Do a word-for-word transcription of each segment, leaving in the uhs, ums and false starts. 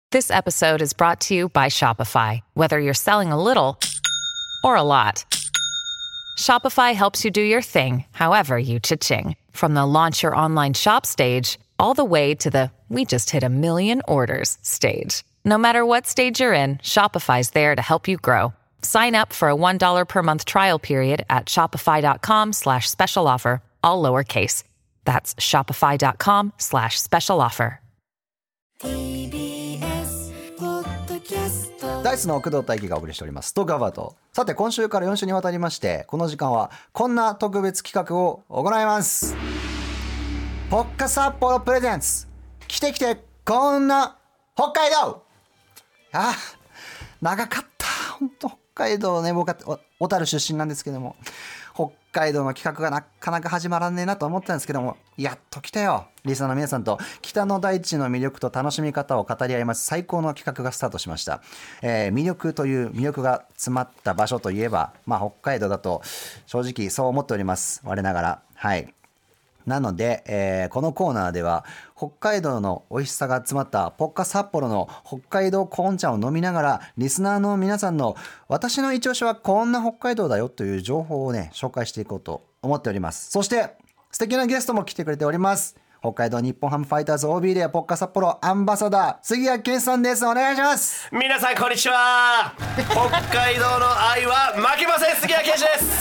This episode is brought to you by Shopify. Whether you're selling a little or a lot, Shopify helps you do your thing, however you cha-ching. From the launch your online shop stage, all the way to the we just hit a million orders stage. No matter what stage you're in, Shopify's there to help you grow. Sign up for a one dollar per month trial period at shopify.com slash special offer, all lowercase. That's shopify.com slash special offer. ティービーエス ポッドキャストダイスの工藤大輝がお送りしておりますトークアバウト。さて今週からよん週にわたりまして、この時間はこんな特別企画を行います。ポッカ札幌プレゼンツ、来て来てこんな北海道。あ長かった、本当北海道ね。僕は小樽出身なんですけども、北海道の企画がなかなか始まらねえなと思ったんですけども、やっと来たよ。リスナーの皆さんと北の大地の魅力と楽しみ方を語り合います最高の企画がスタートしました。えー、魅力という魅力が詰まった場所といえば、まあ、北海道だと正直そう思っております、我ながら。はい。なので、えー、このコーナーでは北海道の美味しさが詰まったポッカ札幌の北海道コーン茶を飲みながら、リスナーの皆さんの私の一押しはこんな北海道だよという情報をね、紹介していこうと思っております。そして素敵なゲストも来てくれております。北海道日本ハムファイターズ オービー でポッカ札幌アンバサダー杉谷拳さんです。お願いします。 皆さんこんにちは。北海道の愛は負けません、杉谷拳士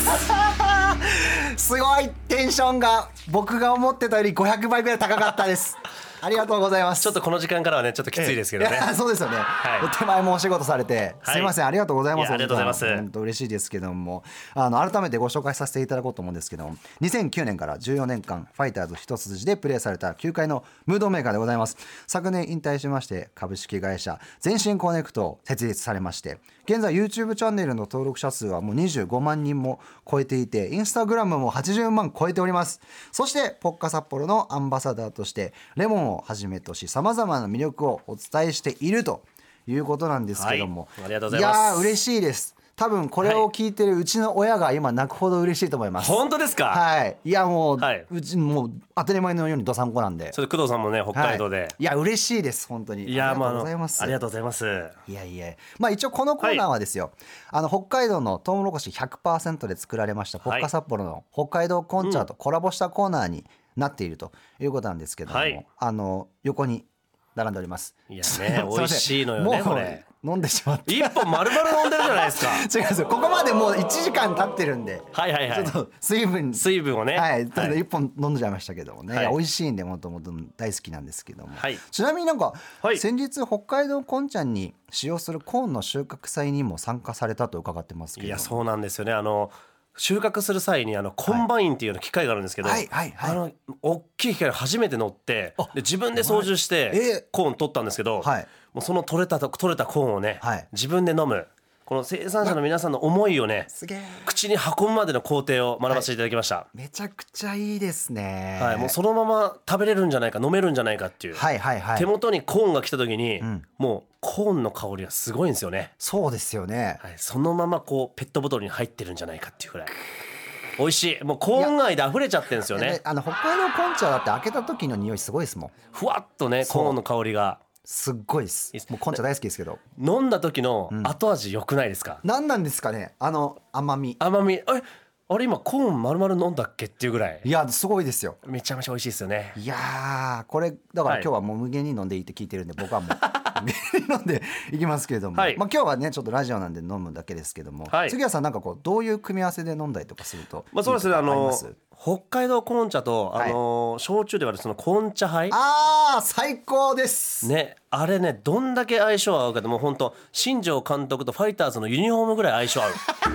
ですすごいテンションが僕が思ってたよりごひゃくばいぐらい高かったですありがとうございます。 ちょっとこの時間からはねちょっときついですけどね。 いやそうですよね、 はい、 お手前もお仕事されて、はい、すいません、ありがとうございます。 ありがとうございます。 本当嬉しいですけども、あの改めてご紹介させていただこうと思うんですけども、にせんきゅうねんからじゅうよねんかんファイターズ一筋でプレーされた球界のムードメーカーでございます。昨年引退しまして株式会社全身コネクトを設立されまして、現在 YouTube チャンネルの登録者数はもうにじゅうごまんにんも超えていて、インスタグラムもはちじゅうまん超えております。そしてポッカ札幌のアンバサダーとしてレモンをはじめとしさまざまな魅力をお伝えしているということなんですけども、 はい、ありがとうございます。 いやー嬉しいです。多分これを聞いてるうちの親が今泣くほど嬉しいと思います。 本当ですか？ はい。いやもう、 はい、 うちもう当たり前のようにどさんこなんで。 それ工藤さんもね北海道で、はい、 いや嬉しいです本当に。 いやありがとうございます。 ありがとうございます。 いやいや、まあ一応このコーナーはですよ、はい、あの北海道のトウモロコシ ひゃくパーセント で作られましたポッカ札幌の北海道コーン茶とコラボしたコーナーになっているということなんですけども、はい、あの横に並んでおります。 いやね美味しいのよねこれ。 飲んでしまって一本丸々飲んでるじゃないですか違うんですよ、ここまでもういちじかん経ってるんで、 はいはいはい、 ちょっと水分水分をね、 はい、 はい、 一本飲んでちゃいましたけどもね、はい、美味しいんでもともと大好きなんですけども、はい、ちなみになんか、はい、先日北海道コーン茶に使用するコーンの収穫祭にも参加されたと伺ってますけど。 いやそうなんですよね。あの収穫する際にあのコンバインっていうの機械があるんですけど、はいはいはいはい、あの大きい機械を初めて乗ってで自分で操縦してコーン取ったんですけど、はい、もうその取れた取れたコーンをね、はい、自分で飲むこの生産者の皆さんの思いをね口に運ぶまでの工程を学ばせていただきました、はい、めちゃくちゃいいですね、 はい、もうそのまま食べれるんじゃないか飲めるんじゃないかっていう、はいはいはい、手元にコーンが来た時に、うん、もうコーンの香りがすごいんですよね。 そうですよね、 はい、そのままこうペットボトルに入ってるんじゃないかっていうくらい美味しい。もうコーン愛で溢れちゃってるんですよね。 あの北海道コーン茶だって開けた時の匂いすごいですもん。 ふわっとねコーンの香りがすっごいです。もうコーン茶大好きですけど、 飲んだ時の後味良くないですか？ うん、何なんですかねあの甘み甘み。えあれ今コーン丸々飲んだっけっていうぐらい。 いやすごいですよ。 めちゃめちゃ美味しいですよね。 いやこれだから今日はもう無限に飲んでいいって聞いてるんで、はい、僕はもう無限に飲んでいきますけれども、はい、まあ、今日はねちょっとラジオなんで飲むだけですけども、はい、杉谷さんなんかこうどういう組み合わせで飲んだりとかするといいとかあります？まあ、そうですね、あの北海道コーン茶と、あのー、焼酎で割るそのコーン茶杯、 あー最高ですね。あれねどんだけ相性合うかでも本当新庄監督とファイターズのユニフォームぐらい相性合う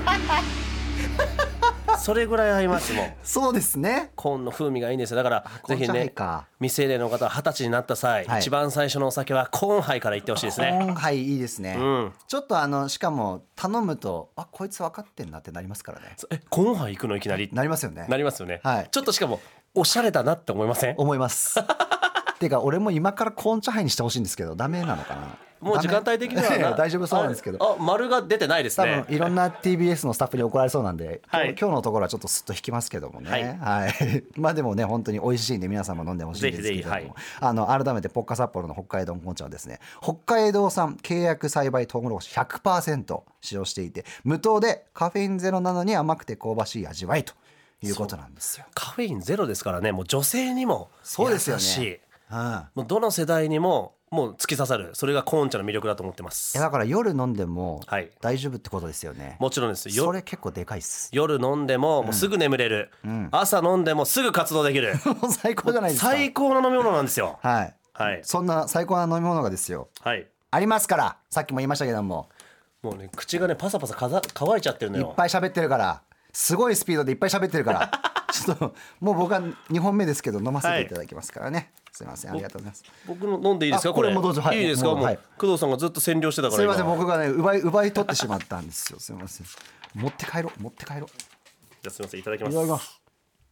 それぐらい合いますもん。 そうですね、 コーンの風味がいいんですよ。だからぜひね未成年の方は二十歳になった際、はい、一番最初のお酒はコーン杯からいってほしいですね。 コーン杯いいですね、うん、ちょっとあのしかも頼むとあこいつ分かってんなってなりますからね。 えコーン杯行くのいきなりなりますよね。 なりますよね、 はい、 ちょっとしかもおしゃれだなって思いません？ 思いますてか俺も今からコーン茶杯にしてほしいんですけどダメなのかな。 もう時間帯的にはな大丈夫そうなんですけど、 ああ丸が出てないですね。 多分いろんな ティービーエス のスタッフに怒られそうなんで、 はい、 今日のところはちょっとすっと引きますけどもね、はい、はい、まあでもね本当に美味しいんで皆さんも飲んでほしいんですけれども、はい、あの改めてポッカ札幌の北海道紅茶はですね、北海道産契約栽培トウモロコシ ひゃくパーセント 使用していて、無糖でカフェインゼロなのに甘くて香ばしい味わいということなんですよ。 カフェインゼロですからね、もう女性にもそうですよね、 優しい、うん、もうどの世代にももう突き刺さる、それがコーン茶の魅力だと思ってます。 いやだから夜飲んでも大丈夫ってことですよね、はい、 もちろんです。 それ結構でかいっす。 夜飲んでももうすぐ眠れる、うん、朝飲んでもすぐ活動できる最高じゃないですか。 最高な飲み物なんですよ。 はい、 はい、 そんな最高な飲み物がですよ、はい、ありますから。さっきも言いましたけども、 もうね口がねパサパサかざ乾いちゃってるのよ。 いっぱい喋ってるから、すごいスピードでいっぱい喋ってるからちょっともう僕はにほんめですけど飲ませていただきますからね、はい、すいません、ありがとうございます。僕の飲んでいいですかこれ。 これもどうぞ、はい、 いいですか。もう、はい、工藤さんがずっと占領してたから。 すいません、僕がね奪い奪い取ってしまったんですよ。すいません、持って帰ろう持って帰ろう。 じゃあすいません、いただきます。 いただきます。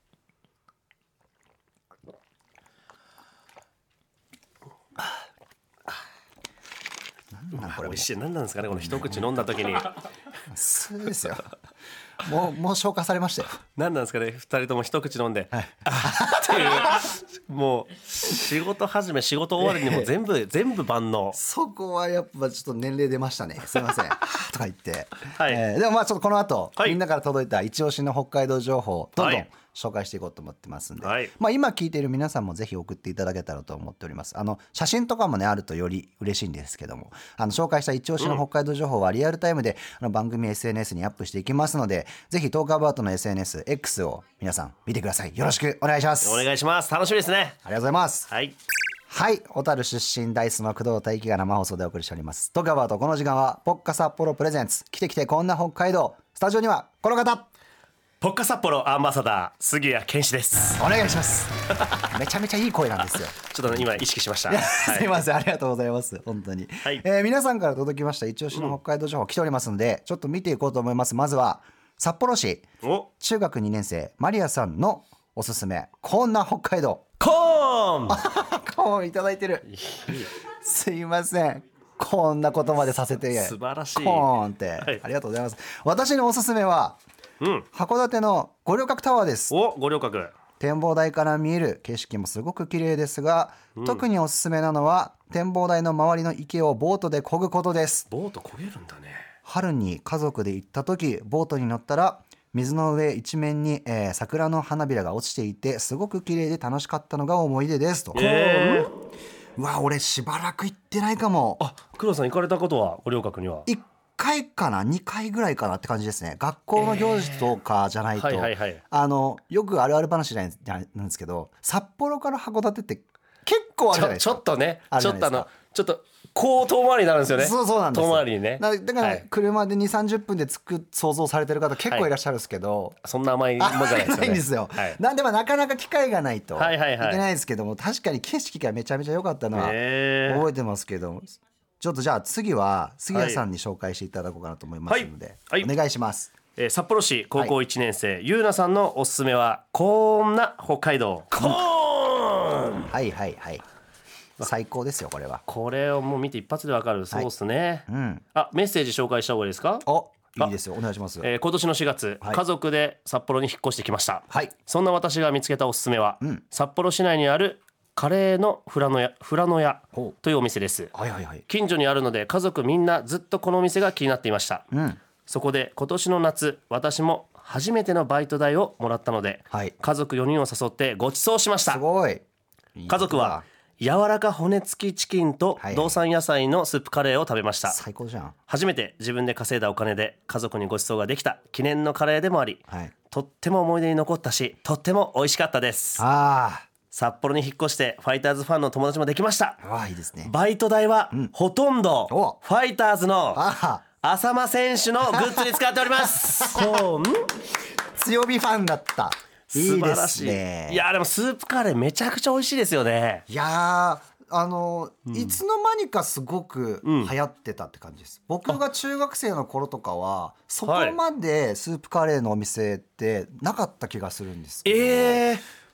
なんこれ美味しい。何なんですかねこの一口飲んだ時にそうですよ。もうもう消化されましたよ。 何なんですかね、二人とも一口飲んで、はい、っていうもう仕事始め仕事終わりにも全部、えー、全部万能。 そこはやっぱちょっと年齢出ましたね。すいませんとか言って、 はい、 えー、でもまあちょっとこの後、 はい、 みんなから届いた一押しの北海道情報をどんどん紹介していこうと思ってますんで、はい、まあ、今聞いている皆さんもぜひ送っていただけたらと思っております。あの写真とかもねあるとより嬉しいんですけども、あの紹介した一押しの北海道情報はリアルタイムであの番組 エスエヌエス にアップしていきますので、ぜひトークアバウトの エスエヌエス X を皆さん見てください。よろしくお願いします。 お願いします。楽しみですね。 ありがとうございます。 はいはい、小樽出身ダイスの工藤大輝が生放送でお送りしておりますトークアバウト。この時間はポッカ札幌プレゼンツ来て来てこんな北海道。スタジオにはこの方、 ポッカ札幌アンバサダー杉谷拳士です。 お願いしますめちゃめちゃいい声なんですよちょっと今意識しました。 すいません、ありがとうございます本当に、はい、えー、皆さんから届きました一押しの北海道情報来ておりますので、うん、ちょっと見ていこうと思います。まずは札幌市中学にねん生マリアさんのおすすめこんな北海道コーンコーンいただいてるすいません、こんなことまでさせて素晴らしいコーンって、はい、ありがとうございます。私のおすすめは、うん、函館の五稜郭タワーです。 お、五稜郭展望台から見える景色もすごく綺麗ですが、うん、特におすすめなのは展望台の周りの池をボートで漕ぐことです。 ボート漕げるんだね。 春に家族で行った時ボートに乗ったら水の上一面に、えー、桜の花びらが落ちていてすごく綺麗で楽しかったのが思い出ですと、えー、うわ俺しばらく行ってないかも。 あ、黒田さん行かれたことは五稜郭にはいっかいかなにかいぐらいかなって感じですね。学校の行事とかじゃないと、えーはいはいはい、あのよくあるある話じゃないなんですけど、札幌から函館って結構あるじゃないですか。 ちょ、ちょっとねちょっとあのちょっとこう遠回りになるんですよね。 そうそうなんですよ。 遠回りにね。 だから車でにじゅうさんじゅっぷんで着く想像されてる方結構いらっしゃるんですけど、はい、 そんな甘いもんじゃないですよね。 ないんですよ、はい、なんでもなかなか機会がないといけないですけども、 はいはいはい、確かに景色がめちゃめちゃ良かったのは覚えてますけど、ちょっとじゃあ次は杉谷さんに紹介していただこうかなと思いますので、はいはい、お願いします。 えー、札幌市高校いちねん生、はい、ゆうなさんのおすすめはこんな北海道コーン。 はいはいはい、最高ですよこれは。 これをもう見て一発でわかる。そうですね、はい、うん、あ、メッセージ紹介した方がいいですか。 お、いいですよ、お願いします。 えー、今年のしがつ、はい、家族で札幌に引っ越してきました、はい、そんな私が見つけたおすすめは、うん、札幌市内にあるカレーの富良野屋、富良野屋というお店です、はいはいはい、近所にあるので家族みんなずっとこのお店が気になっていました、うん、そこで今年の夏私も初めてのバイト代をもらったので、はい、家族よにんを誘ってご馳走しました。 すごい。 家族は柔らか骨付きチキンと道産野菜のスープカレーを食べました。 最高じゃん。 初めて自分で稼いだお金で家族にご馳走ができた記念のカレーでもあり、はい、とっても思い出に残ったしとっても美味しかったです。あ、札幌に引っ越してファイターズファンの友達もできました。 あ、いいですね。 バイト代はほとんどファイターズの浅間選手のグッズに使っておりますこん強火ファンだった。いいですね。 いやでもスープカレーめちゃくちゃ美味しいですよね。 いやあの、うん、いつの間にかすごく流行ってたって感じです、うん、僕が中学生の頃とかはそこまでスープカレーのお店ってなかった気がするんですけど、 えー、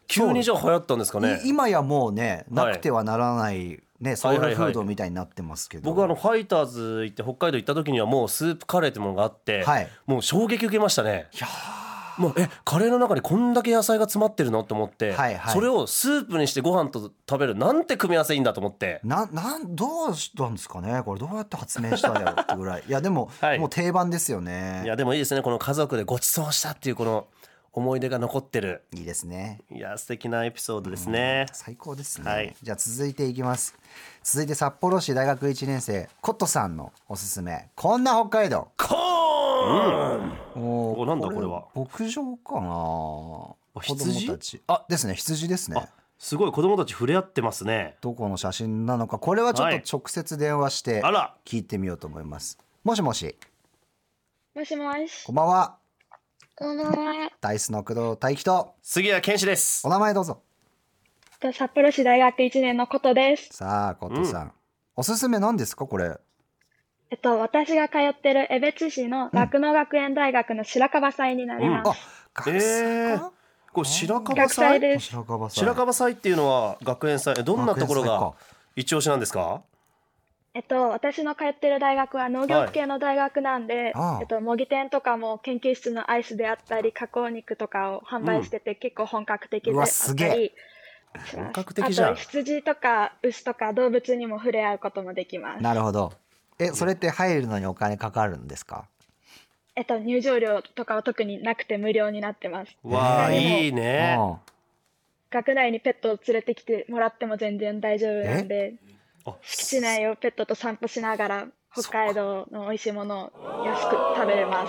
急にじゃあ流行ったんですかね。 今やもうねなくてはならないね、ソウルフードみたいになってますけど、 僕はあのファイターズ行って北海道行った時にはもうスープカレーってものがあって、はい、もう衝撃受けましたね。いやもうえカレーの中にこんだけ野菜が詰まってるのと思って、はいはい、それをスープにしてご飯と食べるなんて組み合わせいいんだと思ってななんどうしたんですかねこれどうやって発明したんだろうってぐらいいやでも、はい、もう定番ですよね。 いやでもいいですねこの家族でご馳走したっていうこの思い出が残ってる。 いいですね。 いや素敵なエピソードですね。 最高ですね、はい、じゃあ続いていきます。続いて札幌市大学いちねん生コットさんのおすすめこんな北海道コーン、うん、 おなんだこれは牧場かな。 羊たちあですね羊ですね。 すごい子供たち触れ合ってますね。 どこの写真なのかこれはちょっと直接電話して聞いてみようと思います、はい、もしもしもしもしこんばんは。 こんばんは。 ダイスの工藤大輝と杉谷拳士です。 お名前どうぞ。 札幌市大学いちねんのことです。 さあことさん、うん、おすすめなんですかこれ。 えっと私が通ってる江別市の酪農学園大学の白樺祭になります、うん、あ学祭か、えー、 これ白樺祭です。 白樺祭っていうのは学園祭どんなところが一押しなんですか。 えっと、私の通ってる大学は農業系の大学なんで、はい、えっと、模擬店とかも研究室のアイスであったり加工肉とかを販売してて、うん、結構本格的であったり本格的じゃん。 あと羊とか牛とか動物にも触れ合うこともできます。 なるほど。えそれって入るのにお金かかるんですか。 えっと、入場料とかは特になくて無料になってます。 わあいいね。 学内にペットを連れてきてもらっても全然大丈夫なんで敷地内をペットと散歩しながら北海道の美味しいものを安く食べれます。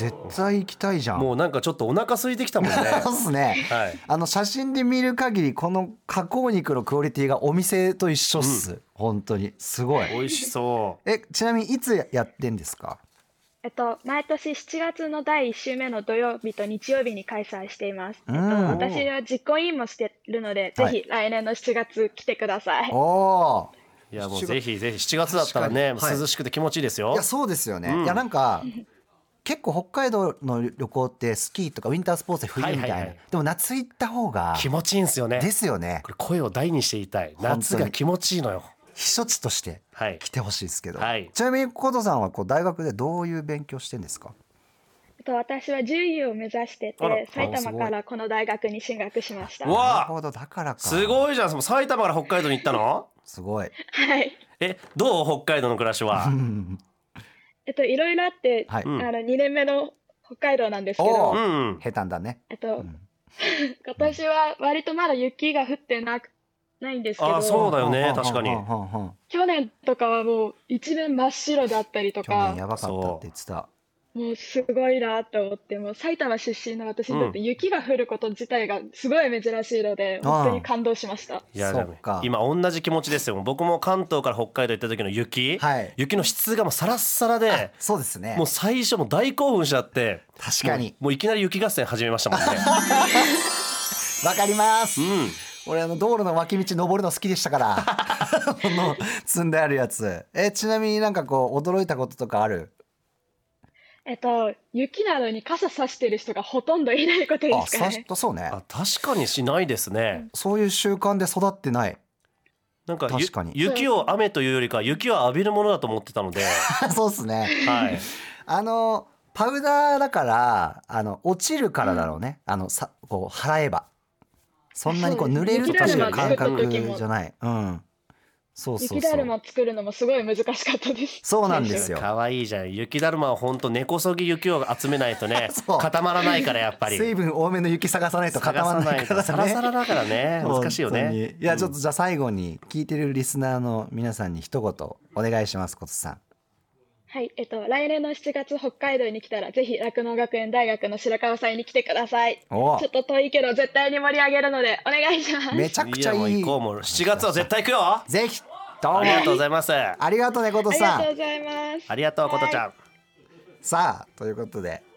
絶対行きたいじゃん。 もうなんかちょっとお腹空いてきたもんねそうですね、はい、あの写真で見る限りこの加工肉のクオリティがお店と一緒っす、うん、本当にすごい美味しそう。 えちなみにいつやってんですか。 えっと、毎年しちがつのだいいっ週目の土曜日と日曜日に開催しています。えっと、私は実行委員もしてるので、はい、ぜひ来年のしちがつ来てください。 おーいやもうぜひぜひしちがつだったらね、はい、涼しくて気持ちいいですよ。 いやそうですよね、うん、いやなんか結構北海道の旅行ってスキーとかウィンタースポーツで冬みたいな、はいはいはい、でも夏行った方が気持ちいいんですよね。 ですよね。 これ声を大にして言いたい。夏が気持ちいいのよ。 避暑地として来てほしいですけど、 はい、 ちなみにコトさんはこう大学でどういう勉強してんですか。 私は獣医を目指してて埼玉からこの大学に進学しました。 なるほどだからか。 すごいじゃん。埼玉から北海道に行ったのすごい。 はい。 えどう北海道の暮らしはえっといろいろあって、はい、あのにねんめの北海道なんですけど、 うん、下手だね。 えっと、うん、今年は割とまだ雪が降ってなくないんですけど。 あそうだよね確かに。 去年とかはもう一面真っ白だったりとか。 去年やばかったって言ってた。 もうすごいなと思って、もう埼玉出身の私にとって雪が降ること自体がすごい珍しいので、うん、本当に感動しました。 いや今同じ気持ちですよ。僕も関東から北海道行った時の雪、はい、雪の質がもうサラッサラで、 そうですね。 もう最初もう大興奮しちゃって、 確かにもう、もういきなり雪合戦始めましたもんね。 わかります。 うん。 俺あの道路の脇道登るの好きでしたからこの積んであるやつ。えちなみになんかこう驚いたこととかある。 えっと雪なのに傘さしてる人がほとんどいないことですかね。 あそうね。 あ確かにしないですね、 うん、そういう習慣で育ってない。 なんか確かに雪を雨というよりか雪を浴びるものだと思ってたのでそうですね、 はい、 あのパウダーだからあの落ちるからだろうね、うん、あのさこう払えばそんなにこう濡れるとかいう感覚じゃない。うん。そうそうそう。 雪だるま作るのもすごい難しかったです。 そうなんですよ。 可愛いじゃん。雪だるまは本当根こそぎ雪を集めないとね固まらないからやっぱり。 水分多めの雪探さないと固まらないからね。 サラサラだからね難しいよね。 いやちょっとじゃあ最後に聞いてるリスナーの皆さんに一言お願いします。コトさん。 はい、えっと、来年のしちがつ北海道に来たらぜひ酪農学園大学の白樺祭に来てください。ちょっと遠いけど絶対に盛り上げるのでお願いします。 めちゃくちゃいい。 いやもう行こう。もうしちがつは絶対行くよ。 ぜひどうもありがとうございます。 ありがとうねコトさん。 ありがとうございます。 ありがとうコトちゃん、はい、 さあということで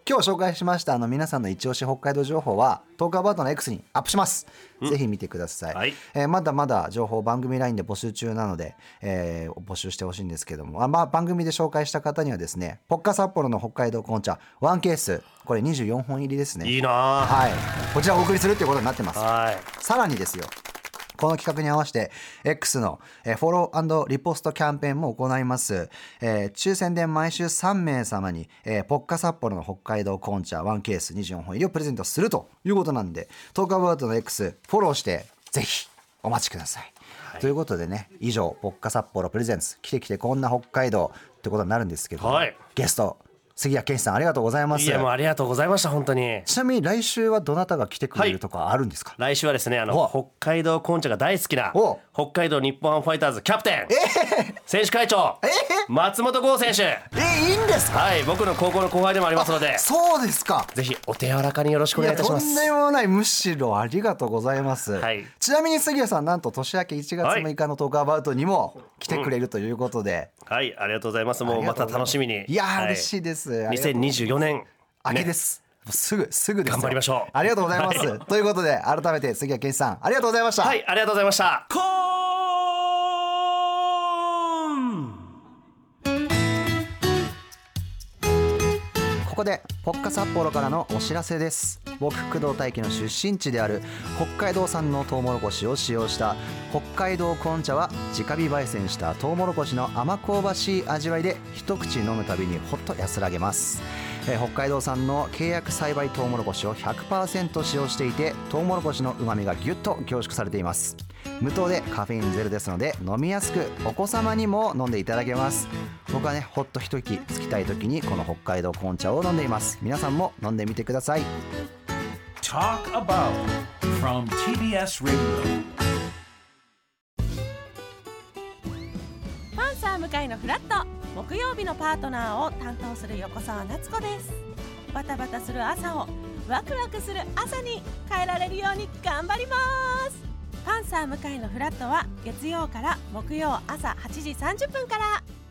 今日紹介しましたあの皆さんの一押し北海道情報はトークアバウトの X にアップします、うん、ぜひ見てください、はい、えー、まだまだ情報番組 ライン で募集中なので、えー、募集してほしいんですけども、あ、まあ、番組で紹介した方にはですねポッカ札幌の北海道紅茶ワンケース、これにじゅうよんほん入りですね。 いいな、 はい、こちらをお送りするっていうことになってます。 はい、 さらにですよ、この企画に合わせて X のフォロー&リポストキャンペーンも行います、えー、抽選で毎週さんめい様に、えー、ポッカ札幌の北海道紅茶ワンケースにじゅうよんほん入りをプレゼントするということなんで、トークアバウトの X フォローしてぜひお待ちください、はい、ということでね、以上ポッカ札幌プレゼンツ来て来てこんな北海道ってことになるんですけど、はい、ゲスト杉谷拳士さんありがとうございます。 いやもうありがとうございました本当に。 ちなみに来週はどなたが来てくれるとかあるんですか？ はい、来週はですねあの北海道紅茶が大好きな北海道日本ハムファイターズキャプテン、えー、選手会長、えー、松本剛選手。 えー、いいんですか？ はい、僕の高校の後輩でもありますので。 そうですか。 ぜひお手柔らかによろしくお願いいたします。 いやとんでもない、むしろありがとうございます、はい、ちなみに杉谷さんなんと年明けいちがつむいかのトークアバウトにも来てくれるということで、 うん、はいありがとうございます。もうまた楽しみに。 いや、 はい、 嬉しいです。 にせんにじゅうよねん明けです、ね、すぐすぐです。 頑張りましょう。 ありがとうございます、はい、ということで改めて杉谷拳士さんありがとうございました。 はい、ありがとうございました。コーンここでポッカ札幌からのお知らせです。僕工藤大輝の出身地である北海道産のトウモロコシを使用した北海道紅茶は直火焙煎したトウモロコシの甘香ばしい味わいで一口飲むたびにほっと安らげます。えー、北海道産の契約栽培トウモロコシを ひゃくパーセント 使用していてトウモロコシの旨味がギュッと凝縮されています。無糖でカフェインゼロですので飲みやすくお子様にも飲んでいただけます。僕はねほっと一息つきたい時にこの北海道紅茶を飲んでいます。皆さんも飲んでみてください。 Talk about from ティービーエス Radio。 パンサー向井のフラット、木曜日のパートナーを担当する横澤夏子です。バタバタする朝をワクワクする朝に変えられるように頑張ります。パンサー向井のフラットは月曜から木曜朝はちじさんじゅっぷんから。